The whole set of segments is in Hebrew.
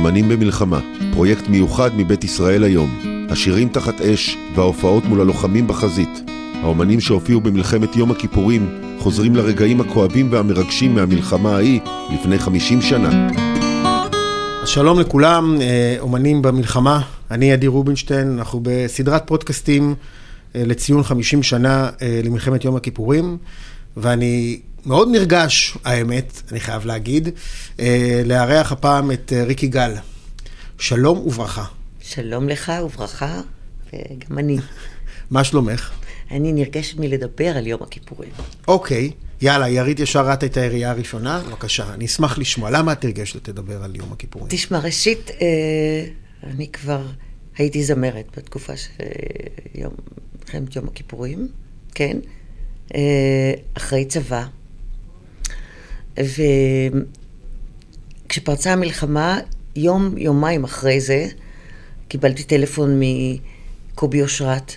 האומנים במלחמה, פרויקט מיוחד מבית ישראל היום. השירים תחת אש וההופעות מול הלוחמים בחזית. האומנים שהופיעו במלחמת יום הכיפורים חוזרים לרגעים הכואבים והמרגשים מהמלחמה ההיא לפני 50 שנה. שלום לכולם, אומנים במלחמה. אני עדי רובינשטיין, אנחנו בסדרת פודקאסטים לציון 50 שנה למלחמת יום הכיפורים, ואני מאוד נרגש, האמת, אני חייב להגיד, לארח הפעם את ריקי גל. שלום וברכה. שלום לך וברכה, וגם אני. מה שלומך? אני נרגשת מלדבר על יום הכיפורים. אוקיי, יאללה, ירית ישר ראת את הירייה הראשונה, בבקשה, אני אשמח לשמוע. למה את נרגשת לדבר על יום הכיפורים? תשמע, ראשית, אני כבר הייתי זמרת בתקופה של מלחמת יום הכיפורים, כן? אחרי צבא. וכשפרצה המלחמה, יומיים אחרי זה, קיבלתי טלפון מקובי אושרת,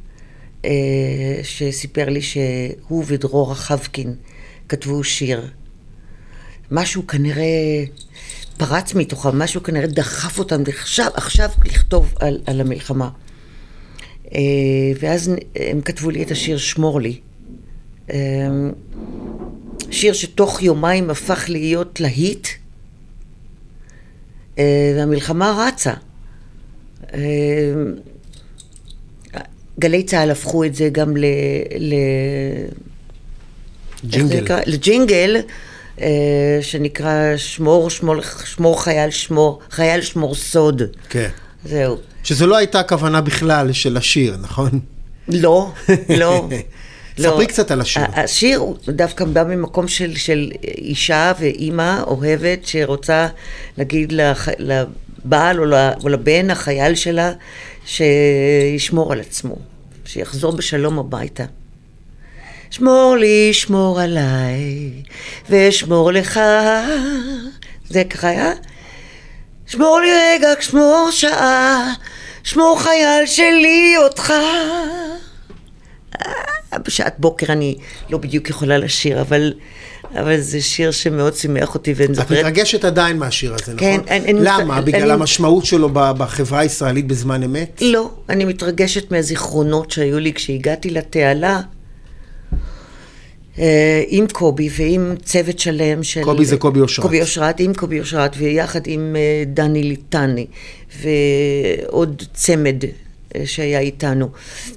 שסיפר לי שהוא ודרור החבקין כתבו שיר. משהו כנראה פרץ מתוכם, משהו כנראה דחף אותם עכשיו לכתוב על המלחמה. ואז הם כתבו לי את השיר שמור לי. שיר שתוך יומיים הפך להיות להיט, והמלחמה רצה. גלי צהל הפכו את זה גם לג'ינגל, שנקרא שמור חייל שמור סוד. כן. זהו. שזו לא הייתה הכוונה בכלל של השיר, נכון? לא, לא. ספרי קצת על השיר. השיר הוא דווקא בא ממקום של אישה ואימא אוהבת שרוצה להגיד לבעל או לבן, החייל שלה, שישמור על עצמו, שיחזור בשלום הביתה. שמור לי, שמור עליי, ושמור לך. זה ככה היה? שמור לי רגע, שמור שעה, שמור חייל שלי אותך. בשעת בוקר אני לא בדיוק יכולה לשיר, אבל זה שיר שמאוד שימח אותי. את מתרגשת עדיין מהשיר הזה, כן, נכון? למה? בגלל המשמעות שלו בחברה הישראלית בזמן אמת? לא, אני מתרגשת מהזיכרונות שהיו לי כשהגעתי לתעלה, עם קובי ועם צוות שלם של... קובי זה קובי אושרת. קובי אושרת, עם קובי אושרת, ויחד עם דני ליטני, ועוד צמד שהיה איתנו.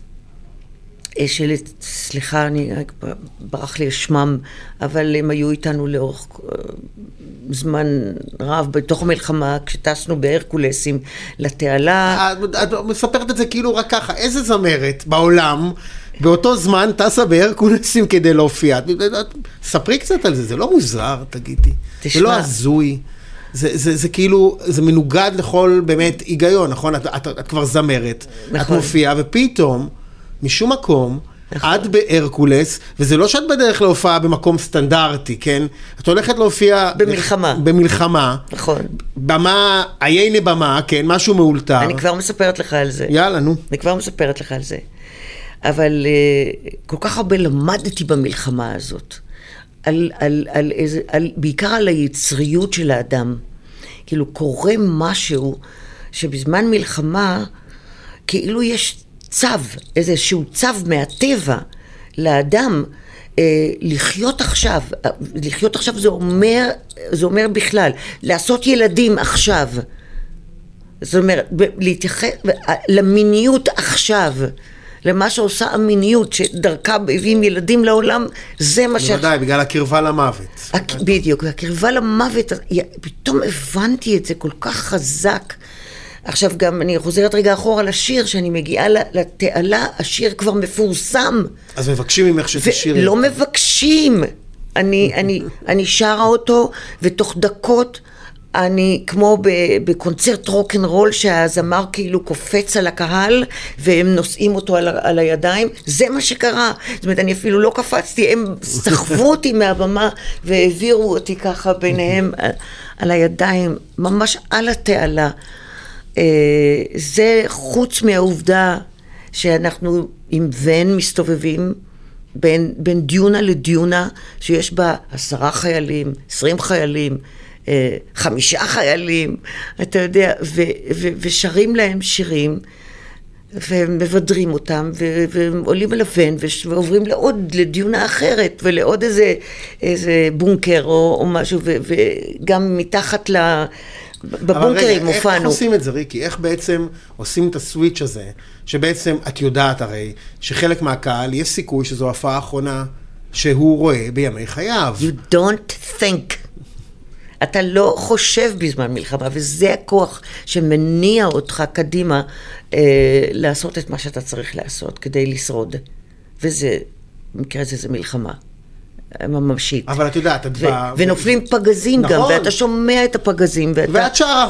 סליחה, אני ברח לי שמם, אבל הם היו איתנו לאורך זמן רב בתוך המלחמה, כשטסנו בהרקולסים לתעלה. את מספרת את זה כאילו רק ככה, איזה זמרת בעולם באותו זמן טסה בהרקולסים כדי להופיע? ספרי קצת על זה, זה לא מוזר, תגידי. זה לא הזוי. זה כאילו, זה מנוגד לכל באמת היגיון, נכון? את כבר זמרת, את מופיעה, ופתאום משום מקום, עד בהרקולס, וזה לא שאת בדרך להופעה במקום סטנדרטי, כן? את הולכת להופיע... במלחמה. נכון. במה, עייני במה, כן? משהו מאולתר. אני כבר מספרת לך על זה. יאללה, נו. אני כבר מספרת לך על זה. אבל כל כך הרבה למדתי במלחמה הזאת. בעיקר על היצריות של האדם. כאילו קורה משהו שבזמן מלחמה, כאילו יש צו, איזשהו צו מהטבע לאדם לחיות עכשיו. לחיות עכשיו זה אומר בכלל, לעשות ילדים עכשיו. זאת אומרת, להתייחס למיניות עכשיו, למה שעושה המיניות שדרכה מביאים ילדים לעולם, זה מה בוודאי, בגלל הקרבה למוות. בדיוק, הקרבה למוות, פתאום הבנתי את זה כל כך חזק. עכשיו גם אני חוזרת רגע אחורה לשיר, שאני מגיעה לתעלה, השיר כבר מפורסם. אז מבקשים ממך שתשיר. לא מבקשים. אני שרה אותו, ותוך דקות, אני כמו בקונצרט רוק'נ'רול, שהזמר כאילו קופץ על הקהל, והם נושאים אותו על הידיים. זה מה שקרה. זאת אומרת, אני אפילו לא קפצתי, הם סחבו אותי מהבמה, והעבירו אותי ככה ביניהם על הידיים, ממש על התעלה. זה חוץ מהעובדה שאנחנו עם ון מסתובבים בין דיונה לדיונה, שיש בה 10 חיילים, 20 חיילים, 5 חיילים, אתה יודע, ושרים להם שירים, ומבדרים אותם, ועולים על אבן, ועוברים לדיונה אחרת, ולעוד איזה בונקר או משהו, וגם מתחת בבונקרים הופענו. איך עושים את זה, ריקי? איך בעצם עושים את הסוויץ' הזה, שבעצם את יודעת הרי, שחלק מהקהל יש סיכוי שזו ההופעה האחרונה שהוא רואה בימי חייו. You don't think. אתה לא חושב בזמן מלחמה, וזה הכוח שמניע אותך קדימה לעשות את מה שאתה צריך לעשות כדי לשרוד. וזה, במקרה הזה זה מלחמה ממשית. אבל את יודעת, את באה... ונופלים פגזים גם, ואתה שומע את הפגזים. ואת שרה.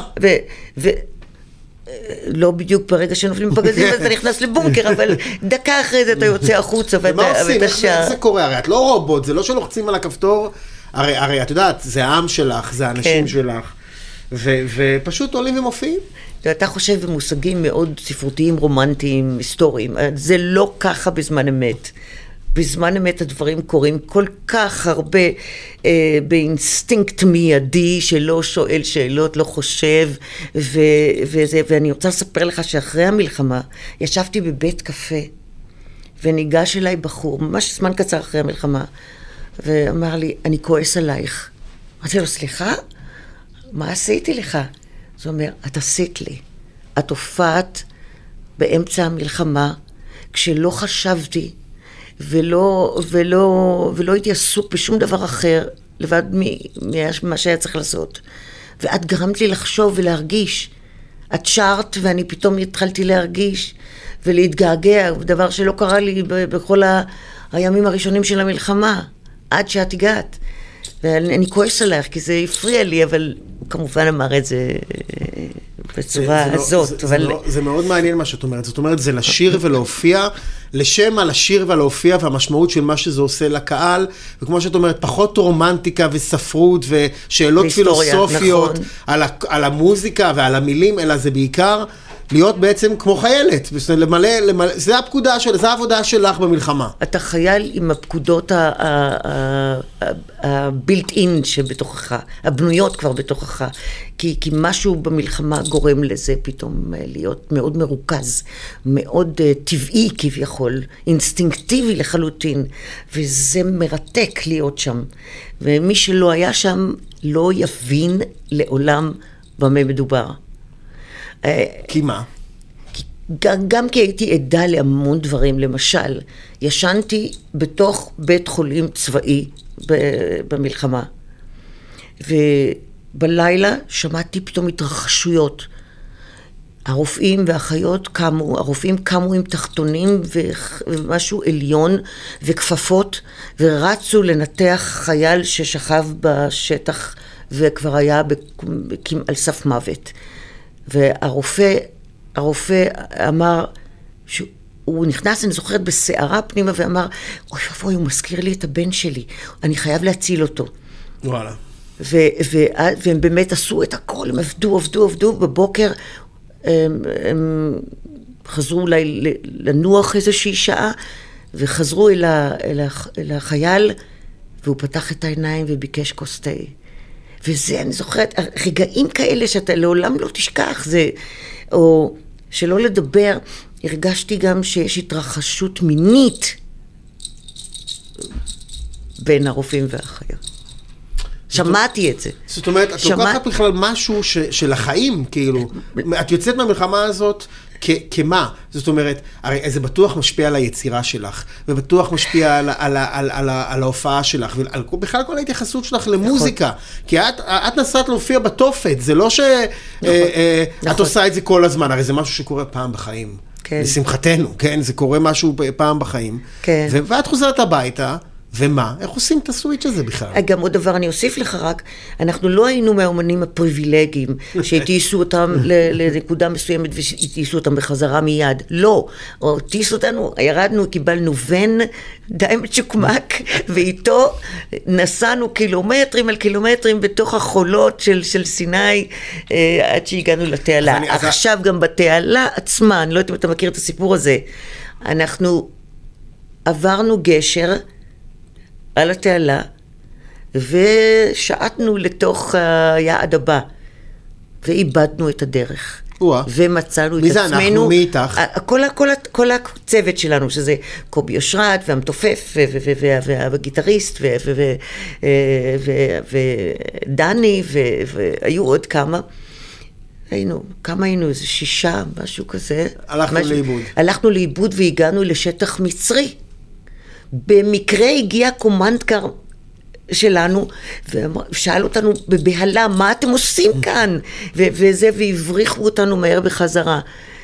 לא בדיוק ברגע שנופלים פגזים, אתה נכנס לבונקר, אבל דקה אחרי זה אתה יוצא החוצה, ומה עושים? איך זה קורה? הרי את לא רובוט, זה לא שלוחצים על הכפתור, הרי את יודעת, זה העם שלך, זה האנשים שלך, ופשוט עולים ומופיעים. אתה חושב במושגים מאוד ספרותיים, רומנטיים, היסטוריים, זה לא ככה בזמן אמת. בזמן אמת הדברים קורים כל כך הרבה באינסטינקט מיידי, שלא שואל שאלות, לא חושב, ואני רוצה לספר לך שאחרי המלחמה, ישבתי בבית קפה, וניגש אליי בחור, ממש זמן קצר אחרי המלחמה, ואמר לי, אני כועס עלייך. אמרתי לו, סליחה? מה עשיתי לך? זאת אומרת, את עשית לי. את הופעת באמצע המלחמה, כשלא חשבתי, ולא הייתי עסוק בשום דבר אחר, לבד ממה שהיה צריך לעשות. ואת גרמת לי לחשוב ולהרגיש. את שרת ואני פתאום התחלתי להרגיש ולהתגעגע, דבר שלא קרה לי בכל הימים הראשונים של המלחמה, עד שאת הגעת. ואני כועס עליך, כי זה הפריע לי, אבל הוא כמובן אמר את זה בצורה הזאת. זה מאוד מעניין מה שאת אומרת. זאת אומרת, זה לשיר ולהופיע, לשם על השיר ולהופיע, והמשמעות של מה שזה עושה לקהל, וכמו שאת אומרת, פחות רומנטיקה וספרות ושאלות פילוסופיות על המוזיקה ועל המילים, אלא זה בעיקר להיות בעצם כמו חיילת, למלא, זה הפקודה של, זה העבודה שלך במלחמה. אתה חייל עם הפקודות הבילט אין שבתוכך, הבנויות כבר בתוכך, כי משהו במלחמה גורם לזה פתאום להיות מאוד מרוכז, מאוד טבעי כביכול, אינסטינקטיבי לחלוטין, וזה מרתק להיות שם. ומי שלא היה שם לא יבין לעולם במה מדובר. כי מה? גם כי הייתי עדה להמון דברים. למשל, ישנתי בתוך בית חולים צבאי במלחמה, ובלילה שמעתי פתאום התרחשויות. הרופאים והאחיות קמו, הרופאים קמו עם תחתונים ומשהו עליון וכפפות, ורצו לנתח חייל ששכב בשטח וכבר היה על סף מוות. והרופא אמר, הוא נכנס, אני זוכרת, בסערה פנימה ואמר, אוי אוי, הוא מזכיר לי את הבן שלי, אני חייב להציל אותו. וואלה. והם באמת עשו את הכל, הם עבדו, בבוקר הם חזרו אולי לנוח איזושהי שעה, וחזרו אל החייל, והוא פתח את העיניים וביקש כוס תה. וזה, אני זוכרת, רגעים כאלה שאתה לעולם לא תשכח, זה, או שלא לדבר, הרגשתי גם שיש התרחשות מינית בין הרופאים והאחיות. שמעתי את זה. זאת אומרת, את לוקחת בכלל משהו של החיים, כאילו, את יוצאת מהמלחמה הזאת כמה? זאת אומרת, הרי זה בטוח משפיע על היצירה שלך, ובטוח משפיע על ההופעה שלך, ובכלל כל ההתייחסות שלך למוזיקה, כי את נסעת להופיע בתופת, זה לא שאת עושה את זה כל הזמן, הרי זה משהו שקורה פעם בחיים. לשמחתנו, כן? זה קורה משהו פעם בחיים. ואת חוזרת הביתה, ומה? איך עושים את הסוויץ' הזה בכלל? גם עוד דבר, אני אוסיף לך רק, אנחנו לא היינו מהאומנים הפריבילגיים, שהתייסו אותם לנקודה מסוימת, והתייסו אותם בחזרה מיד. לא. או תייסו אותנו, ירדנו, קיבלנו ון, די מצ'וקמק, ואיתו נסענו קילומטרים על קילומטרים, בתוך החולות של סיני, עד שהגענו לתעלה. עכשיו גם בתעלה עצמה, אני לא יודעת אם אתה מכיר את הסיפור הזה, אנחנו עברנו גשר, על התעלה, ושעטנו לתוך היעד הבא, ואיבדנו את הדרך. ומצאנו את עצמנו. מי זה אנחנו? מי איתך? כל הצוות שלנו, שזה קובי אושרת, והמתופף, והגיטריסט, ודני, והיו עוד כמה. כמה היינו? איזה 6, משהו כזה. הלכנו לאיבוד והגענו לשטח מצרי. במקרה הגיע קומנדקר שלנו, ושאל אותנו בבהלה, מה אתם עושים כאן? והבריחו אותנו מהר בחזרה.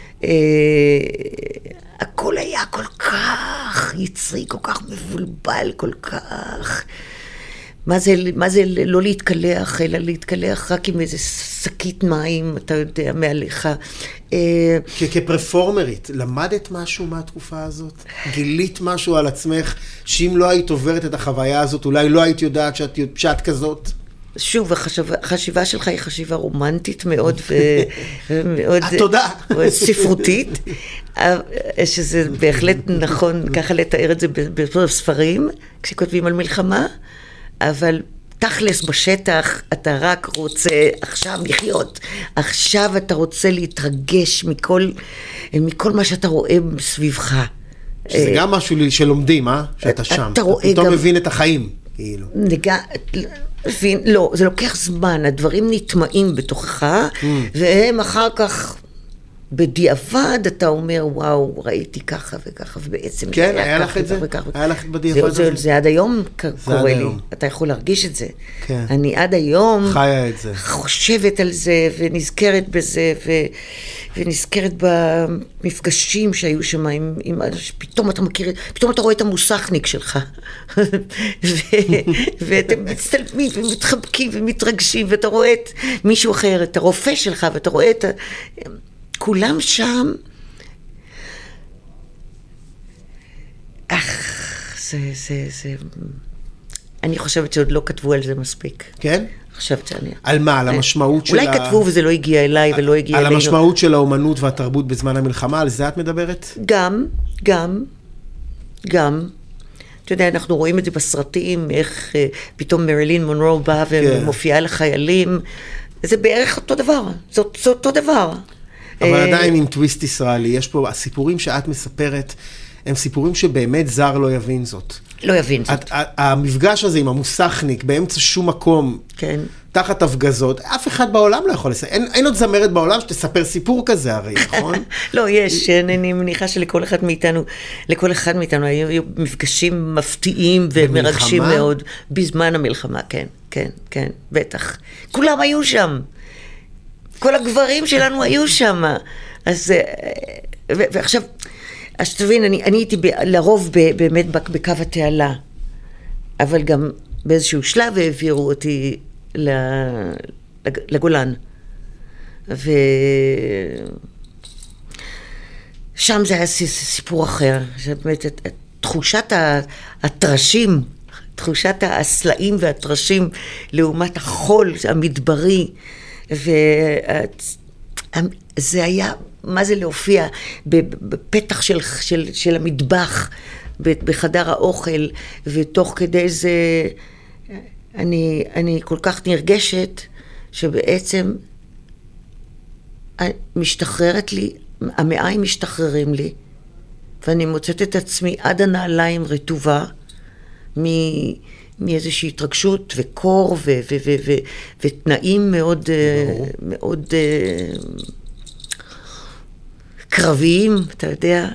הכל היה כל כך יצרי, כל כך מבולבל, כל כך... מה זה לא להתקלח, אלא להתקלח רק עם איזה שקית מים, אתה יודע, מעליך. כפרפורמרית, למדת משהו מהתקופה הזאת? גילית משהו על עצמך, שאם לא היית עוברת את החוויה הזאת, אולי לא היית יודעת שאת כזאת? שוב, החשיבה שלך היא חשיבה רומנטית מאוד, תודה. ספרותית, שזה בהחלט נכון ככה לתאר את זה בספרים, כשכותבים על מלחמה, אבל תכלס בשטח אתה רק רוצה עכשיו לחיות, עכשיו אתה רוצה להתרגש מכל מה שאתה רואה סביבך. שזה גם משהו שלומדים, שאתה שם. אתה פתאום מבין את החיים, כאילו. לא, זה לוקח זמן, הדברים נטמעים בתוכך, והם אחר כך... בדיעבד אתה אומר, וואו, ראיתי ככה וככה, ובעצם... כן, היה לך את זה? היה לך בדיעבד הזה? זה עד היום קורה לי. אתה יכול להרגיש את זה. אני עד היום... חיה את זה. חושבת על זה, ונזכרת בזה, ונזכרת במפגשים שהיו שם, פתאום אתה מכיר, פתאום אתה רואה את המוסכניק שלך, ואתם מצטלמים ומתחבקים ומתרגשים, ואתה רואה את מישהו אחר, את הרופא שלך, ואתה רואה את... כולם שם, אני חושבת שעוד לא כתבו על זה מספיק. כן? חושבת שאני... על מה? על המשמעות של אולי כתבו וזה לא הגיע אליי ולא הגיע אלינו. על המשמעות של האומנות והתרבות בזמן המלחמה, על זה את מדברת? גם. אתה יודע, אנחנו רואים את זה בסרטים, איך פתאום מרילין מונרו באה ומופיעה לחיילים, זה בערך אותו דבר, זה אותו דבר. אבל עדיין עם טוויסט ישראלי, יש פה, הסיפורים שאת מספרת, הם סיפורים שבאמת זר לא יבין זאת. לא יבין זאת. המפגש הזה עם המוסכניק, באמצע שום מקום, כן. תחת הפגזות, אף אחד בעולם לא יכול לספר. אין עוד זמרת בעולם שתספר סיפור כזה הרי, נכון? לא, יש. אני מניחה שלכל אחד מאיתנו היו מפגשים מפתיעים ומרגשים מאוד. בזמן המלחמה, כן, בטח. כולם היו שם. כל הגברים שלנו היו שם. אז, ועכשיו, אז תבין, אני הייתי לרוב באמת בקו התעלה, אבל גם באיזשהו שלב העבירו אותי לגולן. ושם זה היה סיפור אחר, שבאמת תחושת הטרשים, תחושת הסלעים והטרשים לעומת החול המדברי, וזה היה, מה זה להופיע בפתח של המטבח, בחדר האוכל, ותוך כדי זה אני כל כך נרגשת, שבעצם משתחררת לי, המעיים משתחררים לי, ואני מוצאת את עצמי עד הנעליים רטובה, מאיזושהי התרגשות וקור ותנאים מאוד מאוד קרביים, אתה יודע.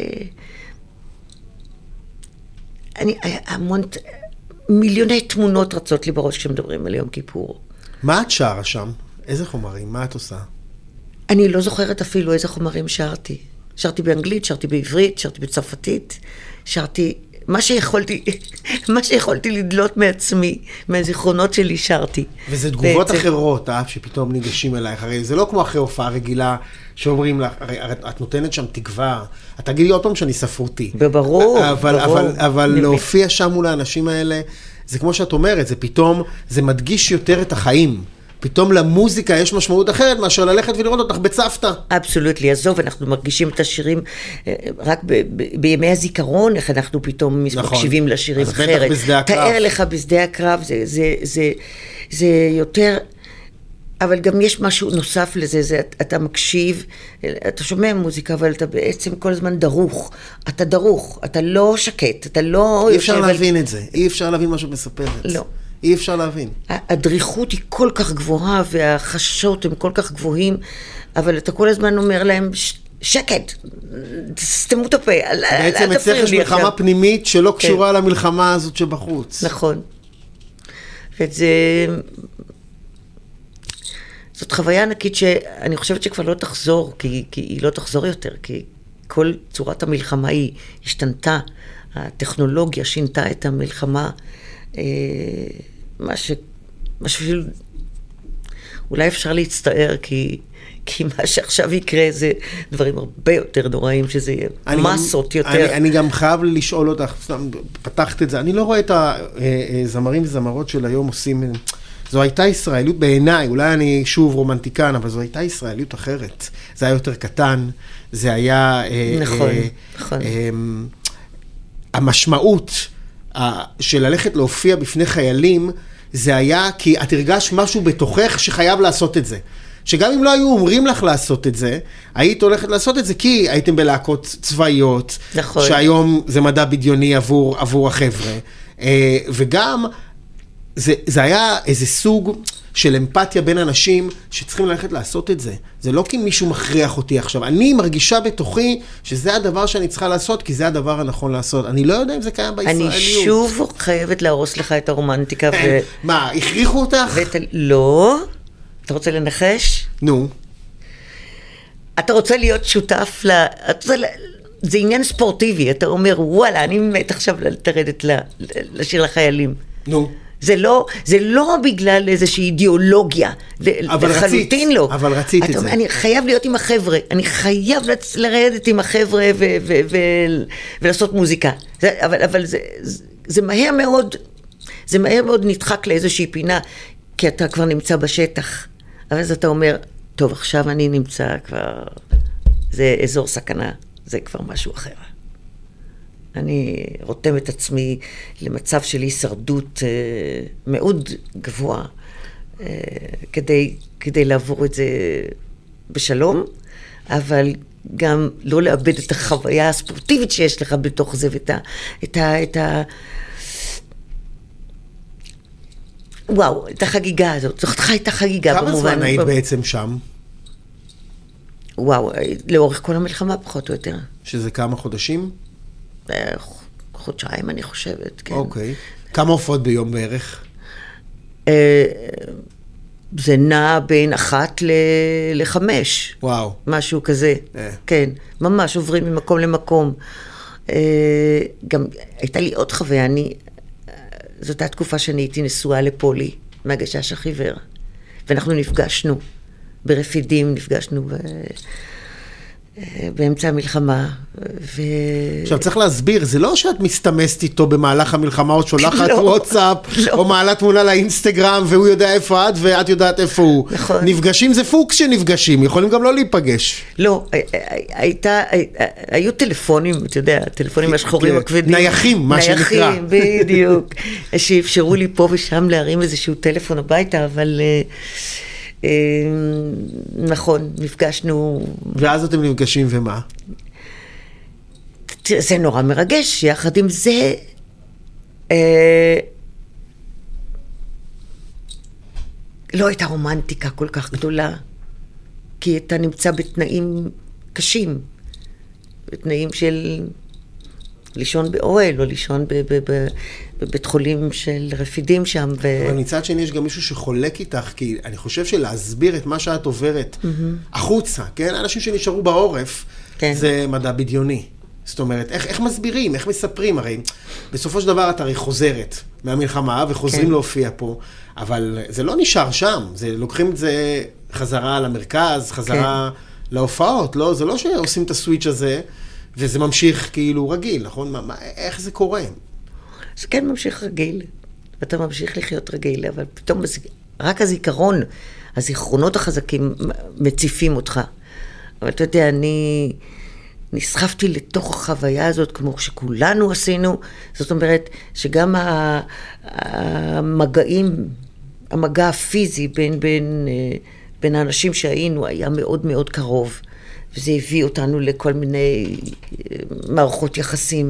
מיליוני תמונות רצות לי בראש כשמדברים על יום כיפור. מה את שרה שם? איזה חומרים? מה את עושה? אני לא זוכרת אפילו איזה חומרים שרתי. שרתי באנגלית, שרתי בעברית, שרתי בצרפתית, שרתי מה שיכולתי לדלות מעצמי, מהזיכרונות שלי שרתי. וזה תגובות אחרות, שפתאום ניגשים אלייך. הרי זה לא כמו אחרי הופעה רגילה, שאומרים לך, הרי את נותנת שם תקווה, את תגידי עוד פעם שאני ספרותי. ברור. אבל להופיע שם מול האנשים האלה, זה כמו שאת אומרת, זה פתאום, זה מדגיש יותר את החיים. פתאום למוזיקה יש משמעות אחרת מאשר ללכת ולראות אותך בצוותא. אבסולוטלי, עזוב, אנחנו מרגישים את השירים רק בימי הזיכרון, איך אנחנו פתאום מקשיבים לשירים אחרת. אז בטח בשדה הקרב. תאר לך בשדה הקרב, זה יותר... אבל גם יש משהו נוסף לזה, אתה מקשיב, אתה שומע מוזיקה, אבל אתה בעצם כל הזמן דרוך. אתה דרוך, אתה לא שקט, אתה לא... אי אפשר להבין את זה, אי אפשר להבין מה שמספרת. לא. אי אפשר להבין. הדריכות היא כל כך גבוהה, והחששות הם כל כך גבוהים, אבל אתה כל הזמן אומר להם, שקט, סתמו את הפה, בעצם אצלך יש מלחמה פנימית שלא קשורה למלחמה הזאת שבחוץ. נכון. וזה... זאת חוויה ענקית שאני חושבת שכבר לא תחזור, כי היא לא תחזור יותר, כי כל צורת המלחמה היא השתנתה, הטכנולוגיה שינתה את המלחמה, מה שאפילו, אולי אפשר להצטער, כי מה שעכשיו יקרה זה דברים הרבה יותר נוראים, שזה יהיה מסות יותר. אני גם חייב לשאול אותך, פתחת את זה, אני לא רואה את הזמרים וזמרות של היום עושים... זו הייתה ישראליות בעיניי, אולי אני שוב רומנטיקן, אבל זו הייתה ישראליות אחרת. זה היה יותר קטן, זה היה... נכון, נכון. המשמעות של ללכת להופיע בפני חיילים, זה היה כי את הרגש משהו בתוכך שחייב לעשות את זה. שגם אם לא היו אומרים לך לעשות את זה, היית הולכת לעשות את זה, כי הייתם בלהקות צבאיות, נכון. שהיום זה מדע בדיוני עבור החבר'ה. וגם... זה היה איזה סוג של אמפתיה בין אנשים שצריכים ללכת לעשות את זה. זה לא כי מישהו מכריח אותי עכשיו. אני מרגישה בתוכי שזה הדבר שאני צריכה לעשות, כי זה הדבר הנכון לעשות. אני לא יודע אם זה קיים בישראליות. אני שוב חייבת להרוס לך את הרומנטיקה. מה, הכריחו אותך? לא. אתה רוצה לנחש? נו. אתה רוצה להיות שותף זה עניין ספורטיבי. אתה אומר, וואלה, אני מת עכשיו לרדת לשיר לחיילים. נו. זה לא בגלל איזושהי אידיאולוגיה, לחלוטין לא. אבל רצית את זה. אני חייב להיות עם החבר'ה, אני חייב לרדת עם החבר'ה ולעשות מוזיקה. אבל זה מהר מאוד נדחק לאיזושהי פינה, כי אתה כבר נמצא בשטח. אבל אז אתה אומר, טוב, עכשיו אני נמצא כבר, זה אזור סכנה, זה כבר משהו אחר. אני רותם את עצמי למצב של הישרדות מאוד גבוה, כדי לעבור את זה בשלום, אבל גם לא לאבד את החוויה הספורטיבית שיש לך בתוך זה, וואו, את החגיגה הזאת. זאת הייתה חגיגה במובן. כמה זמן היית בעצם שם? וואו, לאורך כל המלחמה פחות או יותר. שזה כמה חודשים? חודשיים אני חושבת, כן. אוקיי. כמה הופעות ביום בערך? זה נע בין 1 ל-5. וואו. משהו כזה. כן, ממש עוברים ממקום למקום. גם הייתה לי עוד חוויה, זאת הייתה תקופה שאני הייתי נשואה לפולי, מהגשש החיוור. ואנחנו נפגשנו ברפידים, נפגשנו באמצע המלחמה. עכשיו צריך להסביר, זה לא שאת מסתמסת איתו במהלך המלחמה, או שולחת וואטסאפ, או מעלה תמונה לאינסטגרם, והוא יודע איפה את, ואת יודעת איפה הוא. נכון. נפגשים זה פוקס שנפגשים, יכולים גם לא להיפגש. לא, היו טלפונים, אתה יודע, טלפונים השחורים הכבדים. נייחים, מה שנקרא. נייחים, בדיוק. שאפשרו לי פה ושם להרים איזשהו טלפון הביתה, אבל... נכון, נפגשנו... ואז אתם נפגשים ומה? זה נורא מרגש, יחד עם זה... לא הייתה רומנטיקה כל כך גדולה, כי אתה נמצא בתנאים קשים, בתנאים של לישון באוהל, או לישון בבית חולים של רפידים שם. אבל מצד שני יש גם מישהו שחולק איתך, כי אני חושב שלהסביר את מה שאת עוברת החוצה, כן? אנשים שנשארו בעורף, זה מדע בדיוני. זאת אומרת, איך מסבירים, איך מספרים? הרי בסופו של דבר את הרי חוזרת מהמלחמה וחוזרים להופיע פה, אבל זה לא נשאר שם, לוקחים את זה חזרה למרכז, חזרה להופעות, לא? זה לא שעושים את הסוויץ' הזה, וזה ממשיך כאילו רגיל, נכון? איך זה קורה? זה כן ממשיך רגיל, ואתה ממשיך לחיות רגיל, אבל פתאום רק הזיכרון, הזיכרונות החזקים מציפים אותך. אבל אתה יודע, אני נסחפתי לתוך החוויה הזאת, כמו שכולנו עשינו, זאת אומרת שגם המגע הפיזי בין האנשים שהיינו היה מאוד מאוד קרוב, וזה הביא אותנו לכל מיני מערכות יחסים.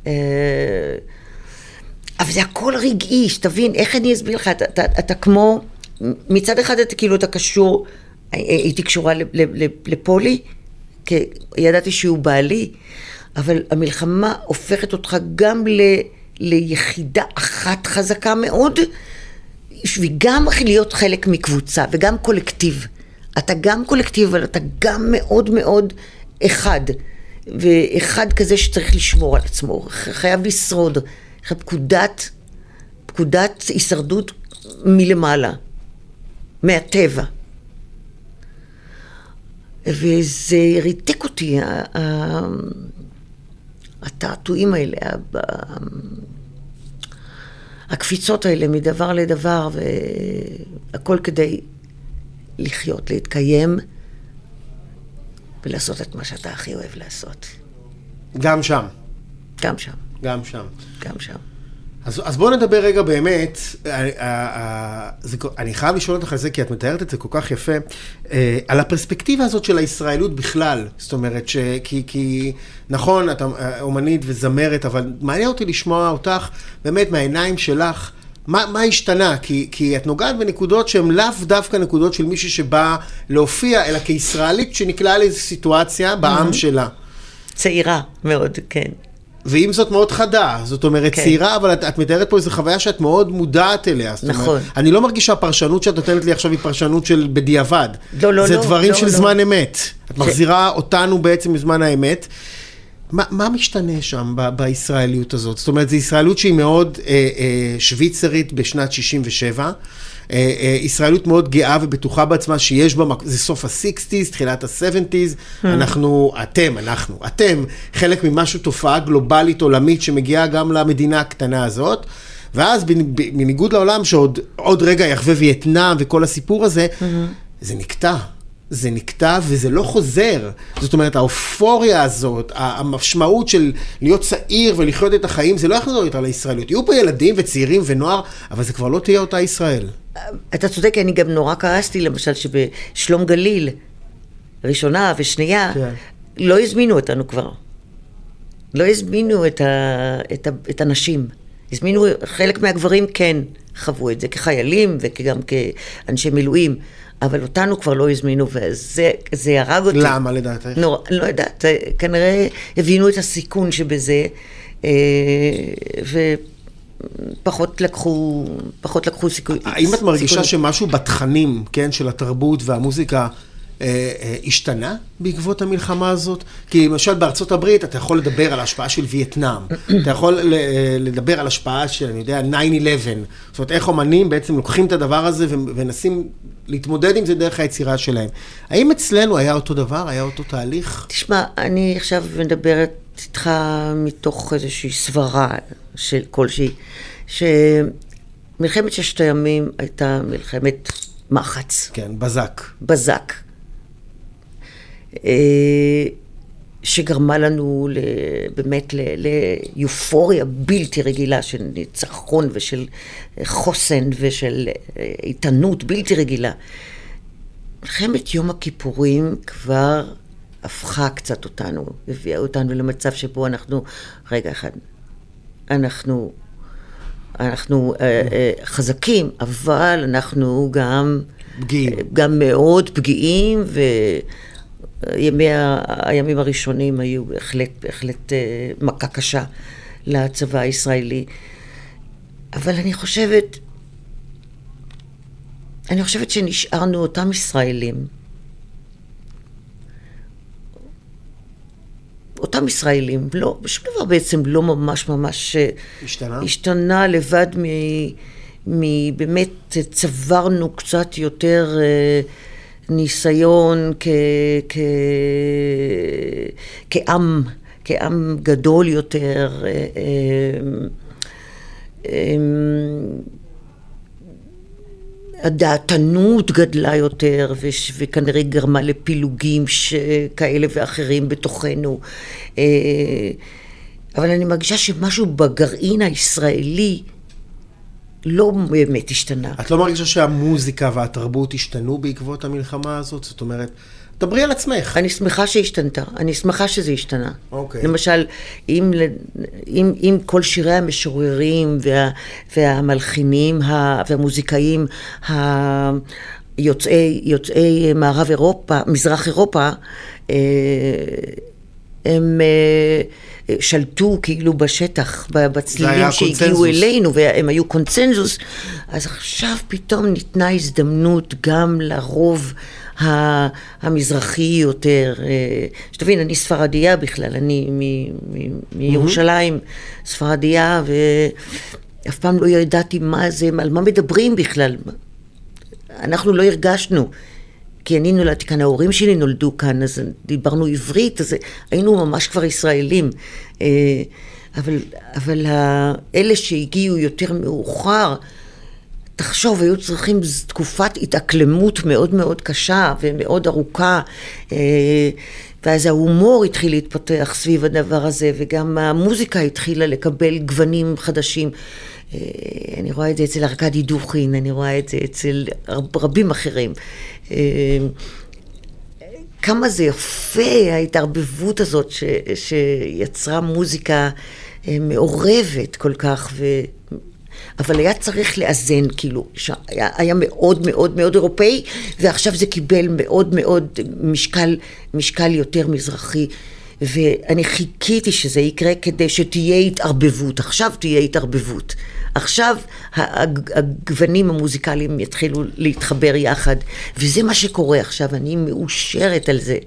אבל זה הכל רגעי, שתבין, איך אני אסביר לך, אתה כמו, מצד אחד אתה כאילו, אתה קשור, הייתי קשורה לפולי, כי ידעתי שהוא בעלי, אבל המלחמה הופכת אותך גם ליחידה אחת חזקה מאוד, וגם להיות חלק מקבוצה, וגם קולקטיב. אתה גם קולקטיב, אבל אתה גם מאוד מאוד אחד, ואחד כזה שצריך לשמור על עצמו, חייב לשרוד, פקודת הישרדות מלמעלה, מהטבע. וזה ריתק אותי, התעתועים האלה, הקפיצות האלה מדבר לדבר, והכל כדי לחיות, להתקיים, ולעשות את מה שאתה הכי אוהב לעשות. גם שם. גם שם. גם שם. גם שם. אז בואו נדבר רגע באמת, אני חייב לשאול אותך על זה, כי את מתארת את זה כל כך יפה, על הפרספקטיבה הזאת של הישראליות בכלל, זאת אומרת, כי נכון, את אומנית וזמרת, אבל מעניין אותי לשמוע אותך, באמת מהעיניים שלך, מה השתנה? כי את נוגעת בנקודות שהן לאו דווקא נקודות של מישהו שבא להופיע, אלא כישראלית שנקלעה לאיזו סיטואציה בעם שלה. צעירה מאוד, כן. ועם זאת מאוד חדה, זאת אומרת צעירה, אבל את מתארת פה איזו חוויה שאת מאוד מודעת אליה. נכון. אני לא מרגישה פרשנות שאת נותנת לי עכשיו היא פרשנות של בדיעבד. לא. זה דברים של זמן אמת. את מחזירה אותנו בעצם מזמן האמת. מה משתנה שם בישראליות הזאת? זאת אומרת, זו ישראליות שהיא מאוד שוויצרית בשנת 67, ישראליות מאוד גאה ובטוחה בעצמה שיש בה, זה סוף ה-60s, תחילת ה-70s, אתם חלק ממשהו, תופעה גלובלית עולמית שמגיעה גם למדינה הקטנה הזאת, ואז בניגוד לעולם שעוד רגע יחווה וייטנאם וכל הסיפור הזה, זה נקטע וזה לא חוזר. זאת אומרת, האופוריה הזאת, המשמעות של להיות צעיר ולחיות את החיים, זה לא יחזור יותר לישראליות. יהיו פה ילדים וצעירים ונוער, אבל זה כבר לא תהיה אותה ישראל. אתה צודק, אני גם נורא כעסתי, למשל, שבשלום גליל, ראשונה ושנייה, לא הזמינו אותנו כבר. לא הזמינו את הנשים. הזמינו, חלק מהגברים כן חוו את זה, כחיילים וגם כאנשי מילואים. אבל אותנו כבר לא הזמינו, וזה הרג אותי. למה לדעתך? לא יודעת, כנראה הבינו את הסיכון שבזה, ופחות לקחו סיכוי. האם את מרגישה שמשהו בתכנים, כן, של התרבות והמוזיקה, השתנה בעקבות המלחמה הזאת? כי למשל בארצות הברית אתה יכול לדבר על ההשפעה של וייטנאם, אתה יכול לדבר על השפעה של, אני יודע, 9/11, זאת אומרת, איך אומנים בעצם לוקחים את הדבר הזה ונסים להתמודד עם זה דרך היצירה שלהם. האם אצלנו היה אותו דבר? היה אותו תהליך? תשמע, אני עכשיו מדברת איתך מתוך איזושהי סברה של כלשהי, שמלחמת ששת הימים הייתה מלחמת מחץ. כן, בזק. בזק. שגרמה לנו באמת ליופוריה בלתי רגילה של ניצחון ושל חוסן ושל איתנות בלתי רגילה. מלחמת יום הכיפורים כבר הפכה קצת אותנו, הביאה אותנו למצב שבו אנחנו, רגע אחד, אנחנו חזקים, אבל אנחנו גם מאוד פגיעים, הימים הראשונים היו בהחלט מכה קשה לצבא הישראלי. אבל אני חושבת שנשארנו אותם ישראלים, לא, בשום דבר בעצם לא ממש השתנה לבד באמת צברנו קצת יותר ניסיון כעם גדול יותר, הדעתנות גדלה יותר, וכנראה גרמה לפילוגים כאלה ואחרים בתוכנו. אבל אני מרגישה שמשהו בגרעין הישראלי לא באמת השתנה. את לא מרגישה שהמוזיקה והתרבות השתנו בעקבות המלחמה הזאת? זאת אומרת, דברי על עצמך. אני שמחה שהשתנתה, אני שמחה שזה השתנה. אוקיי. למשל, אם כל שירי המשוררים והמלחינים והמוזיקאים יוצאי מערב אירופה, מזרח אירופה, הם שלטו כאילו בשטח, בצלילים שהגיעו אלינו, והם היו קונצנזוס, אז עכשיו פתאום ניתנה הזדמנות גם לרוב המזרחי יותר. שתבין, אני ספרדיה בכלל, אני מירושלים, ספרדיה, ואף פעם לא ידעתי מה זה, על מה מדברים בכלל. אנחנו לא הרגשנו. כי אני נולדתי כאן, ההורים שלי נולדו כאן, אז דיברנו עברית, אז היינו ממש כבר ישראלים. אבל אלה שהגיעו יותר מאוחר, תחשוב, היו צריכים תקופת התאקלמות מאוד מאוד קשה ומאוד ארוכה, ואז ההומור התחיל להתפתח סביב הדבר הזה, וגם המוזיקה התחילה לקבל גוונים חדשים. אני רואה את זה אצל ארקדי דוכין, אני רואה את זה אצל רבים אחרים. כמה זה יפה ההתערבבות הזאת שיצרה מוזיקה מעורבת כל כך, אבל היה צריך לאזן, כאילו, היה מאוד מאוד מאוד אירופאי, ועכשיו זה קיבל מאוד מאוד משקל יותר מזרחי, ואני חיכיתי שזה יקרה כדי שתהיה התערבבות. עכשיו תהיה התערבבות. עכשיו הגוונים המוזיקליים יתחילו להתחבר יחד, וזה מה שקורה עכשיו. אני מאושרת על זה.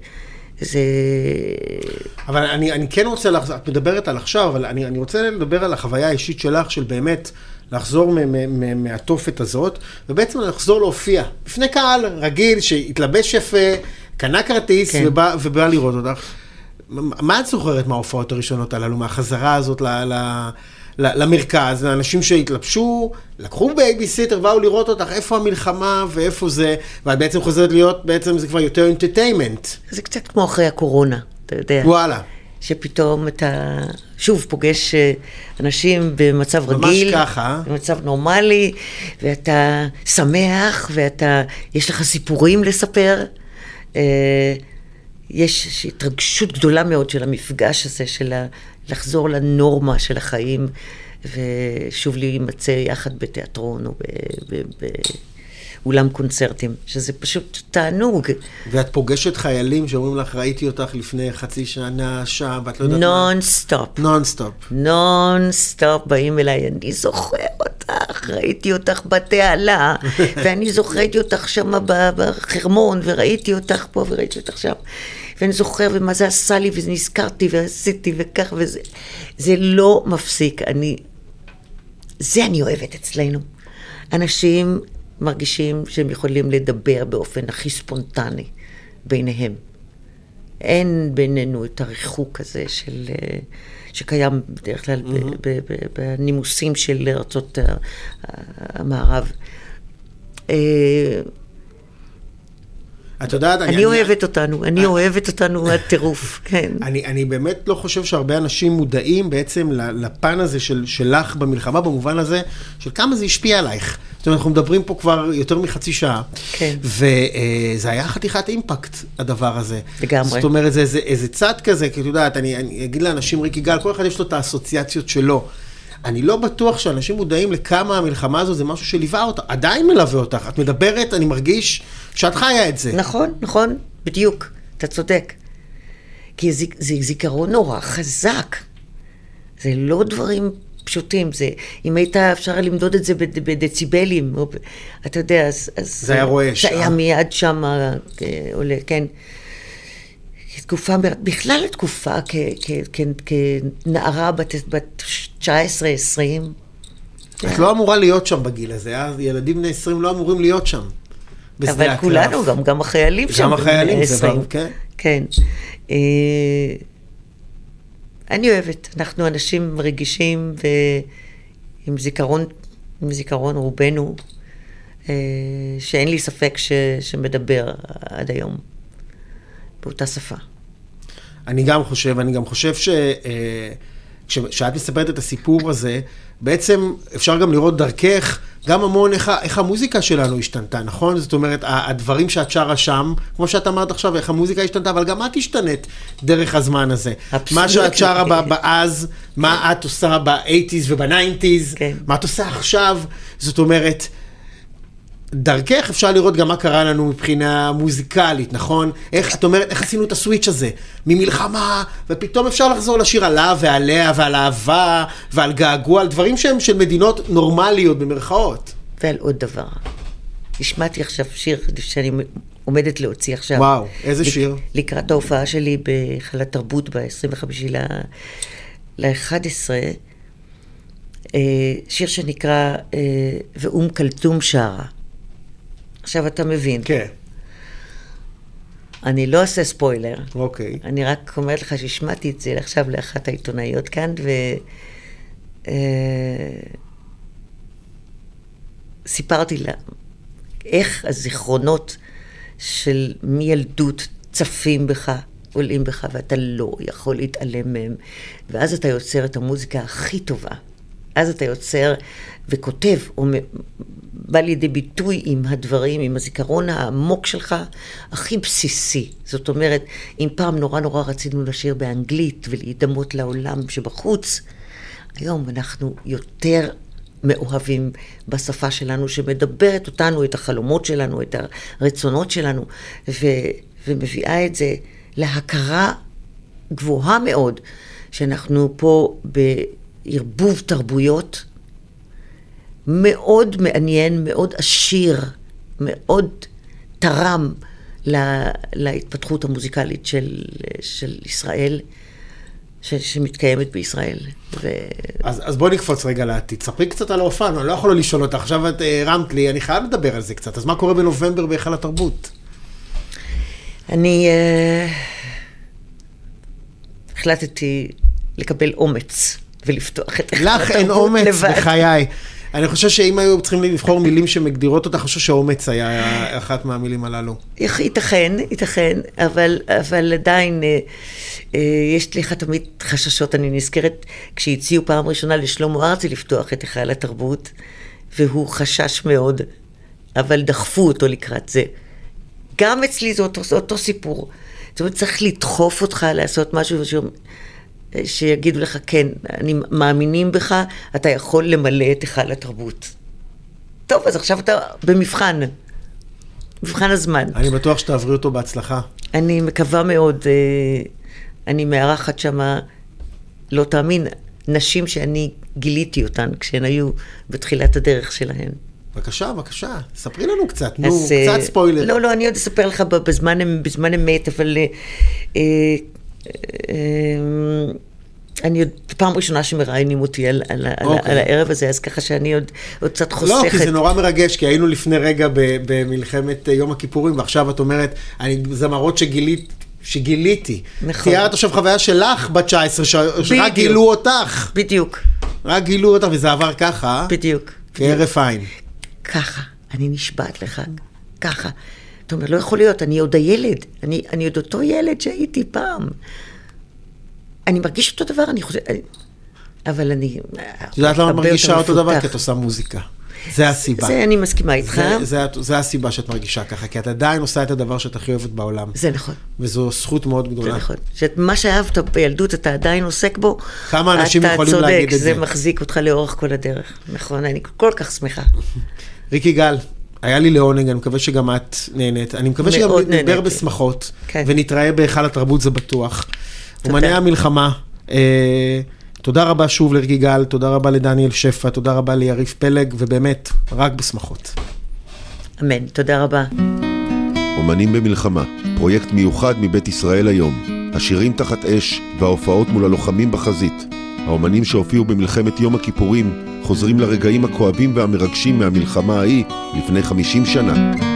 אבל אני כן רוצה, את מדברת על עכשיו, אבל אני רוצה לדבר על החוויה האישית שלך, של באמת לחזור מהתופת הזאת, ובעצם לחזור להופיע בפני קהל רגיל שהתלבש יפה, קנה כרטיס, כן. ובא לראות אותך. מה את זוכרת מההופעות הראשונות הללו, מהחזרה הזאת למרכז, לאנשים שהתלבשו, לקחו בייביסיטר, באו לראות אותך, איפה המלחמה ואיפה זה, ואת בעצם חוזרת להיות, בעצם זה כבר יותר אנטרטיימנט. זה קצת כמו אחרי הקורונה, אתה יודע. וואלה. שפתאום אתה שוב פוגש אנשים במצב רגיל. ממש ככה. במצב נורמלי, ואתה שמח, יש לך סיפורים לספר. יש התרגשות גדולה מאוד של המפגש הזה, של לחזור לנורמה של החיים, ושוב להימצא יחד בתיאטרון או באולם קונצרטים, שזה פשוט תענוג. ואת פוגשת חיילים שאומרים לך, ראיתי אותך לפני חצי שנה, שעה, ואת לא יודעת נון סטופ באים אליי, אני זוכר אותך, ראיתי אותך בתעלה, ואני זוכרתי אותך שם בחרמון, וראיתי אותך פה וראיתי אותך שם. ואני זוכר ומה זה עשה לי, ונזכרתי ועשיתי וכך וזה. זה לא מפסיק. זה אני אוהבת אצלנו. אנשים מרגישים שהם יכולים לדבר באופן הכי ספונטני ביניהם. אין בינינו את הריחוק הזה שקיים בדרך כלל בנימוסים של ארצות המערב. את יודעת, אני אוהבת אותנו הטירוף, כן. אני באמת לא חושב שהרבה אנשים מודעים בעצם לפן הזה שלך במלחמה, במובן הזה של כמה זה השפיע עלייך. זאת אומרת, אנחנו מדברים פה כבר יותר מחצי שעה. כן. וזה היה חתיכת אימפקט, הדבר הזה. לגמרי. זאת אומרת, זה איזה צד כזה, כי את יודעת, אני אגיד לאנשים, ריק יגאל, כל אחד יש לו את האסוציאציות שלו. אני לא בטוח שאנשים מודעים לכמה המלחמה הזו זה משהו שליווה אותה, עדיין מלווה אותך. את מדברת, אני מרגיש שאת חיה את זה. נכון, בדיוק, אתה צודק. כי זה זיכרון נורא חזק. זה לא דברים פשוטים, אם היית אפשר למדוד את זה בדציבלים, אתה יודע, אז... זה היה רועש. זה היה מיד שם עולה, כן. תקופה, בכלל התקופה כנערה בת 19-20. את לא אמורה להיות שם בגיל הזה, ילדים בני 20 לא אמורים להיות שם. אבל כולנו, גם החיילים שם. גם החיילים, זה ברור, כן. כן. אני אוהבת, אנחנו אנשים רגישים ועם זיכרון רובנו, שאין לי ספק שמדבר עד היום באותה שפה. אני גם חושב כשאת מספרת את הסיפור הזה, בעצם אפשר גם לראות דרכך, גם המון איך המוזיקה שלנו השתנתה, נכון? זאת אומרת, הדברים שאת שרה שם, כמו שאת אמרת עכשיו, איך המוזיקה השתנתה, אבל גם את השתנית דרך הזמן הזה. מה שאת שרה באז, מה את עושה ב-80s וב-90s, מה את עושה עכשיו, זאת אומרת, דרכך אפשר לראות גם מה קרה לנו מבחינה מוזיקלית, נכון? את אומרת, איך עשינו את הסוויץ' הזה? ממלחמה, ופתאום אפשר לחזור לשיר עליו ועליה ועל אהבה ועל געגוע, על דברים שהם של מדינות נורמליות במרכאות. ועל עוד דבר. השמעתי עכשיו שיר שאני עומדת להוציא עכשיו. וואו, איזה שיר? לקראת ההופעה שלי בהיכל התרבות ב-25/11, שיר שנקרא כלתום שרה. עכשיו אתה מבין. כן. אני לא עושה ספוילר. אוקיי. אני רק אומרת לך שהשמעתי את זה עכשיו לאחת העיתונאיות כאן, סיפרתי לה איך הזיכרונות של מילדות צפים בך, עולים בך, ואתה לא יכול להתעלם מהם. ואז אתה יוצר את המוזיקה הכי טובה. אז אתה יוצר וכותב, או בא לידי ביטוי עם הדברים, עם הזיכרון העמוק שלך, הכי בסיסי. זאת אומרת, אם פעם נורא רצינו לשיר באנגלית ולהידמות לעולם שבחוץ, היום אנחנו יותר מאוהבים בשפה שלנו, שמדברת אותנו, את החלומות שלנו, את הרצונות שלנו, ומביאה את זה להכרה גבוהה מאוד, שאנחנו פה בערבוב תרבויות, מאוד מעניין, מאוד עשיר, מאוד תרם להתפתחות המוזיקלית של ישראל, שמתקיימת בישראל. אז בוא נקפוץ רגע לעתיד. ספרי קצת על ההופעה, אני לא יכול לשאול אותך, עכשיו את הרמת לי, אני חייב לדבר על זה קצת. אז מה קורה בנובמבר בהיכל התרבות? אני החלטתי לקבל אומץ ולפתוח את היכל התרבות לבד. לך אין אומץ בחיי. אני חושב שאם היו צריכים לבחור מילים שמגדירות אותך, אני חושב שהאומץ היה אחת מהמילים הללו. ייתכן, אבל עדיין יש לך תמיד חששות. אני נזכרת כשהציעו פעם ראשונה לשלמה ארצי לפתוח את היכל התרבות, והוא חשש מאוד, אבל דחפו אותו לקראת זה. גם אצלי זה אותו סיפור. זאת אומרת, צריך לדחוף אותך לעשות משהו שיגידו לך, כן, אני מאמינים בך, אתה יכול למלא את היכל התרבות. טוב, אז עכשיו אתה במבחן הזמן. אני בטוח שתעברי אותו בהצלחה. אני מקווה מאוד, אני מארחת שמה, לא תאמין, נשים שאני גיליתי אותן כשהן היו בתחילת הדרך שלהן. בבקשה, ספרי לנו קצת, קצת ספוילר. לא, אני עוד אספר לך בזמן אמת, אבל אני עוד פעם ראשונה שמראיינים אותי על הערב הזה, אז ככה שאני עוד קצת חוסכת. לא, כי זה נורא מרגש, כי היינו לפני רגע במלחמת יום הכיפורים, ועכשיו את אומרת, זמרות שגיליתי. נכון. תיארת עכשיו חוויה שלך בת 19, שרק גילו אותך. בדיוק. רק גילו אותך, וזה עבר ככה. בדיוק. כהרף עין. ככה, אני נשבעת לך, ככה. אתה אומר, לא יכול להיות, אני עוד הילד, אני עוד אותו ילד שהייתי פעם. אני מרגיש אותו דבר, אני חושב, אבל אני... את יודעת למה מרגישה אותו דבר? כי את עושה מוזיקה. זה הסיבה. זה אני מסכימה איתך. זה הסיבה שאת מרגישה ככה, כי את עדיין עושה את הדבר שאת הכי אוהבת בעולם. זה נכון. וזו זכות מאוד גדולה. זה נכון. שמה שאהבת בילדות אתה עדיין עוסק בו, כמה אנשים יכולים להגיד את זה. זה מחזיק אותך לאורך כל הדרך. נכון, אני כל כך שמחה. ריקי גל, היה לי לעונג, אני מקווה שגם את נהנית. אני מקווה שגם נדבר בשמחות, ונתראה בהיכל התרבות, זה בטוח. אומני המלחמה, תודה רבה שוב לריקי גל, תודה רבה לדניאל שפע, תודה רבה ליריב פלג, ובאמת, רק בשמחות. אמן, תודה רבה. אומנים במלחמה, פרויקט מיוחד מבית ישראל היום. השירים תחת אש וההופעות מול הלוחמים בחזית. האומנים שהופיעו במלחמת יום הכיפורים חוזרים לרגעים הכואבים והמרגשים מהמלחמה ההיא לפני 50 שנה.